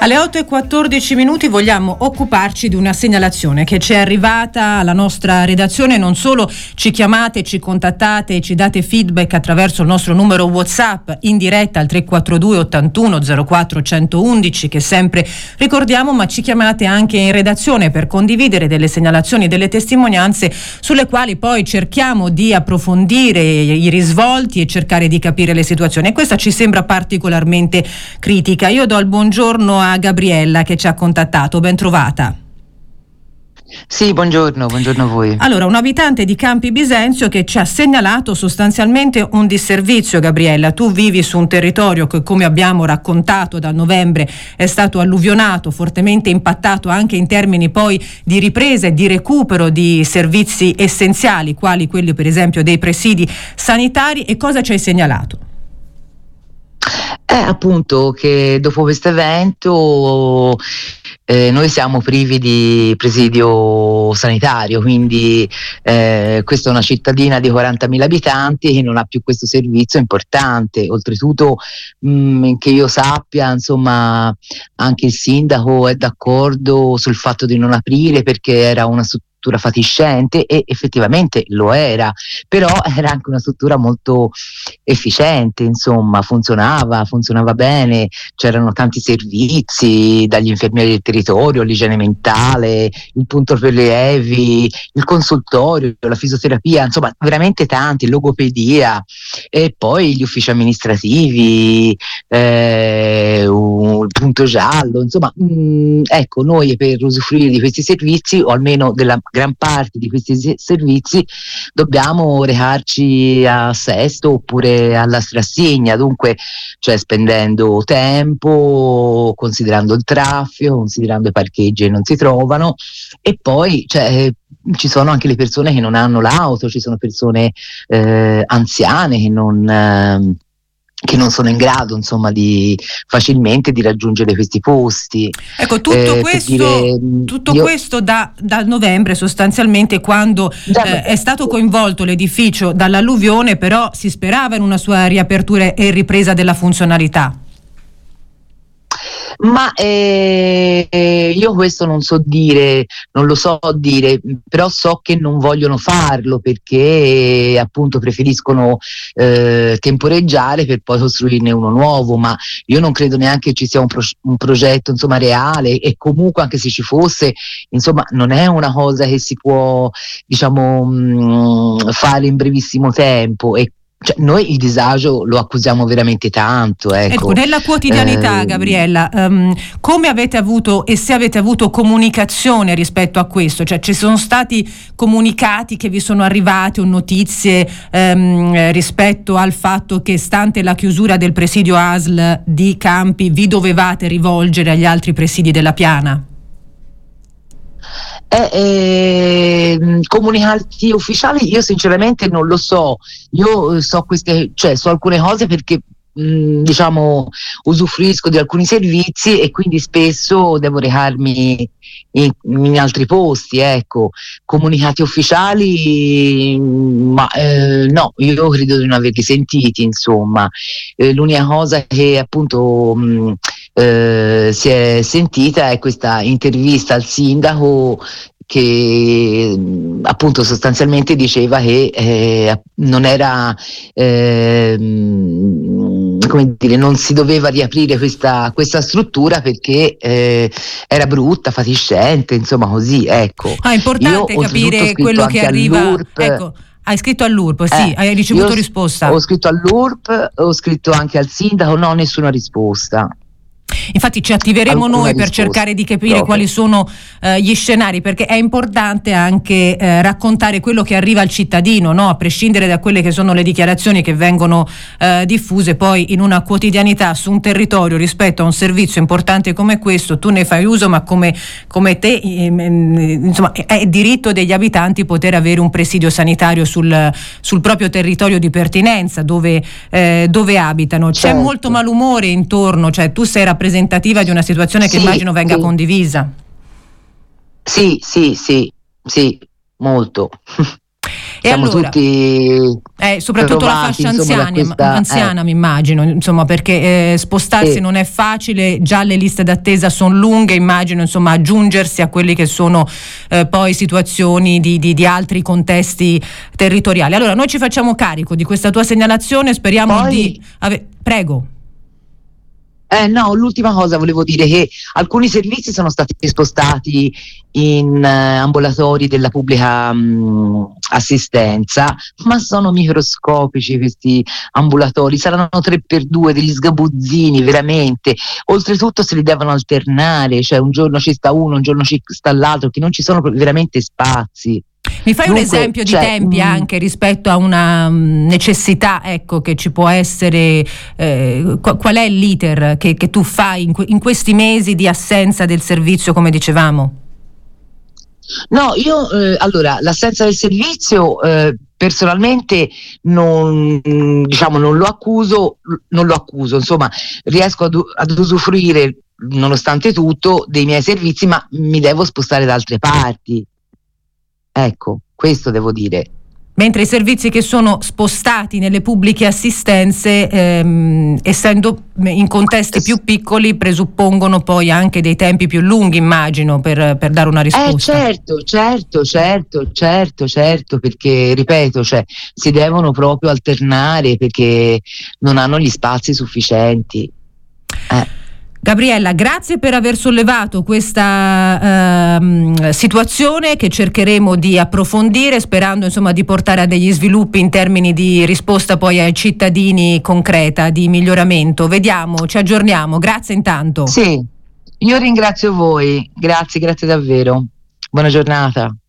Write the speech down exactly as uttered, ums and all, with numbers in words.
Alle otto e quattordici minuti vogliamo occuparci di una segnalazione che ci è arrivata alla nostra redazione. Non solo ci chiamate, ci contattate e ci date feedback attraverso il nostro numero WhatsApp in diretta al tre quattro due ottantuno zero quattro centoundici, che sempre ricordiamo, ma ci chiamate anche in redazione per condividere delle segnalazioni, delle testimonianze sulle quali poi cerchiamo di approfondire i risvolti e cercare di capire le situazioni. E questa ci sembra particolarmente critica. Io do il buongiorno a Gabriella che ci ha contattato. Ben trovata. Sì, buongiorno, buongiorno a voi. Allora, un abitante di Campi Bisenzio che ci ha segnalato sostanzialmente un disservizio. Gabriella, tu vivi su un territorio che, come abbiamo raccontato, da novembre è stato alluvionato, fortemente impattato anche in termini poi di ripresa e di recupero di servizi essenziali, quali quelli per esempio dei presidi sanitari. E cosa ci hai segnalato? Eh, appunto che dopo questo evento eh, noi siamo privi di presidio sanitario, quindi eh, questa è una cittadina di quarantamila abitanti che non ha più questo servizio importante. Oltretutto, mh, che io sappia, insomma, anche il sindaco è d'accordo sul fatto di non aprire perché era una struttura fatiscente, e effettivamente lo era, però era anche una struttura molto efficiente, insomma, funzionava, funzionava bene, c'erano tanti servizi, dagli infermieri del territorio, l'igiene mentale, il punto prelievi, il consultorio, la fisioterapia, insomma veramente tanti, logopedia, e poi gli uffici amministrativi, eh, un punto giallo, insomma, mh, ecco, noi per usufruire di questi servizi, o almeno della gran parte di questi servizi, dobbiamo recarci a Sesto oppure alla Strassegna, dunque, cioè spendendo tempo, considerando il traffico, considerando i parcheggi che non si trovano, e poi cioè, ci sono anche le persone che non hanno l'auto, ci sono persone eh, anziane che non eh, che non sono in grado, insomma, di facilmente di raggiungere questi posti. Ecco, tutto eh, questo, dire, tutto io, questo da, da novembre sostanzialmente, quando eh, è stato coinvolto l'edificio dall'alluvione, però si sperava in una sua riapertura e ripresa della funzionalità. Ma eh, io questo non so dire, non lo so dire, però so che non vogliono farlo perché appunto preferiscono eh, temporeggiare per poi costruirne uno nuovo, ma io non credo neanche ci sia un, pro- un progetto, insomma, reale, e comunque anche se ci fosse, insomma, non è una cosa che si può, diciamo, mh, fare in brevissimo tempo. E cioè, noi il disagio lo accusiamo veramente tanto. Ecco, ecco nella quotidianità, eh, Gabriella, um, come avete avuto, e se avete avuto comunicazione rispetto a questo? Cioè, ci sono stati comunicati che vi sono arrivati o notizie um, rispetto al fatto che, stante la chiusura del presidio A S L di Campi, vi dovevate rivolgere agli altri presidi della piana? Eh, eh, comunicati ufficiali io sinceramente non lo so. Io so queste, cioè so alcune cose perché mh, diciamo usufruisco di alcuni servizi e quindi spesso devo recarmi in, in altri posti, ecco. Comunicati ufficiali, ma eh, no, io credo di non averli sentiti, insomma. Eh, l'unica cosa che appunto mh, Eh, si è sentita è questa intervista al sindaco che appunto sostanzialmente diceva che eh, non era eh, come dire, non si doveva riaprire questa, questa struttura perché eh, era brutta, fatiscente, insomma, così, ecco. Ah, è importante Io, capire quello che arriva. Ecco. Hai scritto all'U R P, sì, eh, hai ricevuto risposta? Ho scritto all'U R P, ho scritto anche al sindaco, no, nessuna risposta. Infatti ci attiveremo Alcuna noi per risposta, cercare di capire proprio. quali sono eh, gli scenari, perché è importante anche eh, raccontare quello che arriva al cittadino, no? A prescindere da quelle che sono le dichiarazioni che vengono eh, diffuse poi in una quotidianità su un territorio rispetto a un servizio importante come questo. Tu ne fai uso, ma come, come te ehm, insomma è diritto degli abitanti poter avere un presidio sanitario sul, sul proprio territorio di pertinenza, dove, eh, dove abitano. C'è Certo. molto malumore intorno, cioè tu sei rappresentativa di una situazione che sì, immagino venga sì. condivisa. Sì, sì, sì, sì, molto. E siamo allora, tutti eh, soprattutto trovati, la fascia insomma, anziana, questa, anziana eh. mi immagino, insomma, perché eh, spostarsi sì. non è facile, già le liste d'attesa sono lunghe, immagino, insomma, aggiungersi a quelli che sono eh, poi situazioni di, di, di altri contesti territoriali. Allora noi ci facciamo carico di questa tua segnalazione, speriamo Poi, di ave- prego. Eh, no, l'ultima cosa volevo dire che alcuni servizi sono stati spostati in eh, ambulatori della pubblica mh, assistenza, ma sono microscopici questi ambulatori, saranno tre per due, degli sgabuzzini veramente. Oltretutto se li devono alternare, cioè un giorno ci sta uno, un giorno ci sta l'altro, che non ci sono veramente spazi. Mi fai Dunque, un esempio di cioè, tempi mh, anche rispetto a una mh, necessità, ecco, che ci può essere, eh, qu- qual è l'iter che, che tu fai in, que- in questi mesi di assenza del servizio, come dicevamo? No, io eh, allora l'assenza del servizio eh, personalmente non, diciamo, non lo accuso, non lo accuso, insomma, riesco ad, ad usufruire nonostante tutto dei miei servizi, ma mi devo spostare da altre parti. Ecco, questo devo dire. Mentre i servizi che sono spostati nelle pubbliche assistenze, ehm, essendo in contesti più piccoli, presuppongono poi anche dei tempi più lunghi, immagino, per, per dare una risposta. Eh certo, certo, certo, certo, certo, perché ripeto, cioè, si devono proprio alternare perché non hanno gli spazi sufficienti. Eh. Gabriella, grazie per aver sollevato questa ehm, situazione che cercheremo di approfondire, sperando insomma di portare a degli sviluppi in termini di risposta poi ai cittadini concreta, di miglioramento. Vediamo, ci aggiorniamo. Grazie intanto. Sì, io ringrazio voi, grazie, grazie davvero. Buona giornata.